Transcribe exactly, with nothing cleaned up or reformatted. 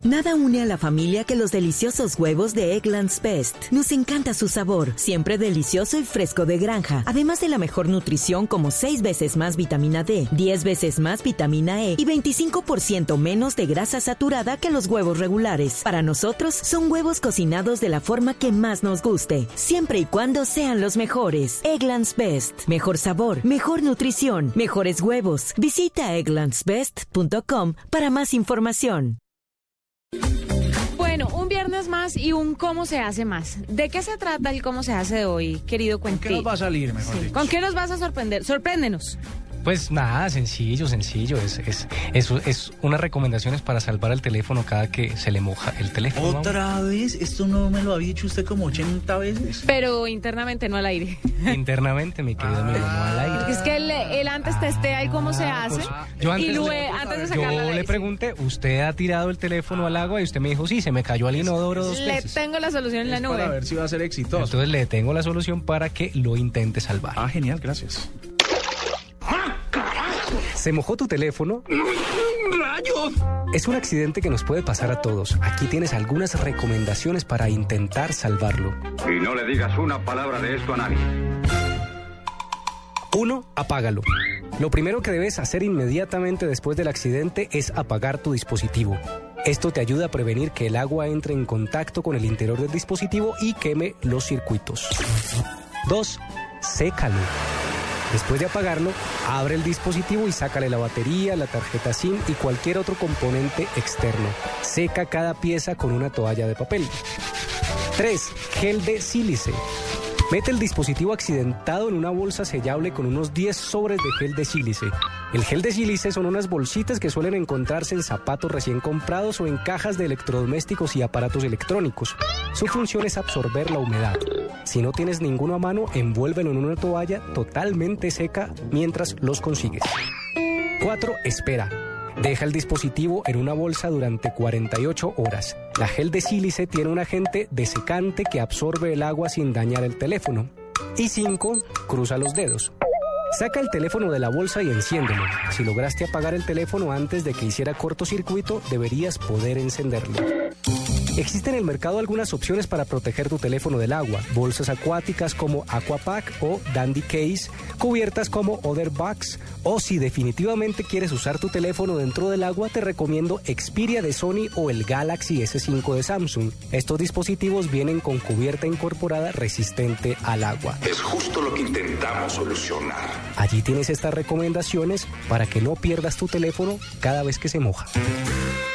Nada une a la familia que los deliciosos huevos de Eggland's Best. Nos encanta su sabor, siempre delicioso y fresco de granja. Además de la mejor nutrición como seis veces más vitamina D, diez veces más vitamina E y veinticinco por ciento menos de grasa saturada que los huevos regulares. Para nosotros, son huevos cocinados de la forma que más nos guste, siempre y cuando sean los mejores. Eggland's Best. Mejor sabor, mejor nutrición, mejores huevos. Visita egglands best punto com para más información. Bueno, un viernes más y un cómo se hace más. ¿De qué se trata el cómo se hace de hoy, querido Cuentín? ¿Con qué nos va a salir, mejor Sí. dicho? ¿Con qué nos vas a sorprender? Sorpréndenos. Pues nada, sencillo, sencillo. Es, es, es, es unas recomendaciones para salvar el teléfono cada que se le moja el teléfono. ¿Otra vez? Esto no me lo había dicho usted como ochenta veces. Pero internamente, no al aire. Internamente, mi querido amigo, no al aire. Porque es que él, él antes testea el cómo se hace. Yo antes, y luego, le, antes de yo sacarla al le aire, pregunté, ¿usted ha tirado el teléfono al agua? Y usted me dijo, sí, se me cayó al inodoro dos Le veces. tengo la solución en la Es nube. para ver si va a ser exitoso. Entonces le tengo la solución para que lo intente salvar. Ah, genial, gracias. ¿Se mojó tu teléfono? ¡Rayos! Es un accidente que nos puede pasar a todos. Aquí tienes algunas recomendaciones para intentar salvarlo. Y no le digas una palabra de esto a nadie. Uno, apágalo. Lo primero que debes hacer inmediatamente después del accidente es apagar tu dispositivo. Esto te ayuda a prevenir que el agua entre en contacto con el interior del dispositivo y queme los circuitos. Dos, sécalo. Después de apagarlo, abre el dispositivo y sácale la batería, la tarjeta SIM y cualquier otro componente externo. Seca cada pieza con una toalla de papel. tres. Gel de sílice. Mete el dispositivo accidentado en una bolsa sellable con unos diez sobres de gel de sílice. El gel de sílice son unas bolsitas que suelen encontrarse en zapatos recién comprados o en cajas de electrodomésticos y aparatos electrónicos. Su función es absorber la humedad. Si no tienes ninguno a mano, envuélvelo en una toalla totalmente seca mientras los consigues. cuatro. Espera. Deja el dispositivo en una bolsa durante cuarenta y ocho horas. La gel de sílice tiene un agente desecante que absorbe el agua sin dañar el teléfono. Y cinco. Cruza los dedos. Saca el teléfono de la bolsa y enciéndelo. Si lograste apagar el teléfono antes de que hiciera cortocircuito, deberías poder encenderlo. Existen en el mercado algunas opciones para proteger tu teléfono del agua. Bolsas acuáticas como Aquapack o Dandy Case, cubiertas como Otherbox, o si definitivamente quieres usar tu teléfono dentro del agua, te recomiendo Xperia de Sony o el Galaxy ese cinco de Samsung. Estos dispositivos vienen con cubierta incorporada resistente al agua. Es justo lo que intentamos solucionar. Allí tienes estas recomendaciones para que no pierdas tu teléfono cada vez que se moja.